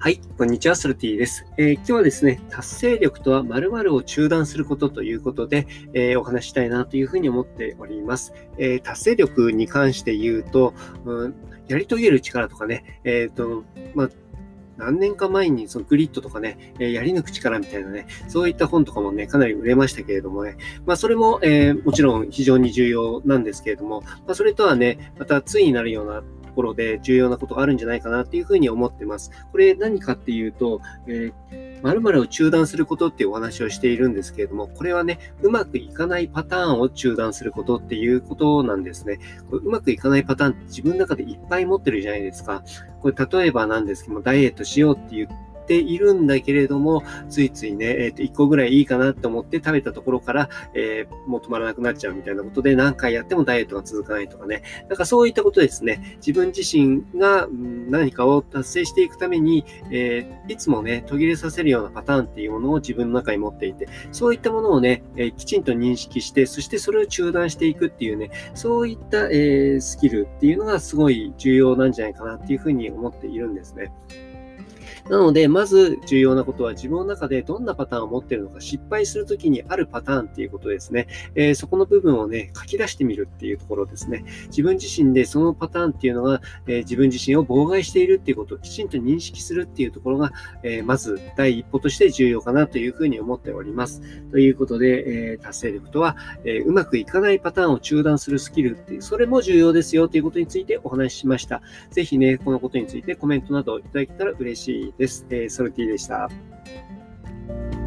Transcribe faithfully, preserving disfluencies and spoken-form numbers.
はい、こんにちは、ソルティです。えー今日はですね、達成力とは〇〇を中断することということで、えーお話ししたいなというふうに思っております。えー達成力に関して言うと、うん、やり遂げる力とかね、えっと、まあ、何年か前にそのグリッドとかね、えーやり抜く力みたいなね、そういった本とかもね、かなり売れましたけれどもね、まあそれも、えーもちろん非常に重要なんですけれども、まあそれとはね、また対になるようなところで重要なことがあるんじゃないかなっていうふうに思ってます。これ何かっていうと、えー〇〇を中断することっていうお話をしているんですけれども、これはね、うまくいかないパターンを中断することっていうことなんですね。これうまくいかないパターンって自分の中でいっぱい持ってるじゃないですか。これ例えばなんですけども、ダイエットしようって言っているんだけれども、ついついね、えっと、いっこぐらいいいかなと思って食べたところから、えーもう止まらなくなっちゃうみたいなことで何回やってもダイエットが続かないとかね。なんかそういったことですね。自分自身がうん何かを達成していくために、えーいつもね、途切れさせるようなパターンっていうものを自分の中に持っていて、そういったものをね、えーきちんと認識して、そしてそれを中断していくっていうね、そういった、えースキルっていうのがすごい重要なんじゃないかなっていうふうに思っているんですね。なので、まず重要なことは自分の中でどんなパターンを持っているのか、失敗するときにあるパターンっていうことですね。えーそこの部分をね、書き出してみるっていうところですね。自分自身でそのパターンっていうのが、えー自分自身を妨害しているっていうことをきちんと認識するっていうところが、えーまず第一歩として重要かなというふうに思っております。ということで、えー達成力とは、えーうまくいかないパターンを中断するスキルっていう、それも重要ですよということについてお話ししました。ぜひね、このことについてコメントなどいただけたら嬉しいです。えーソルティでした。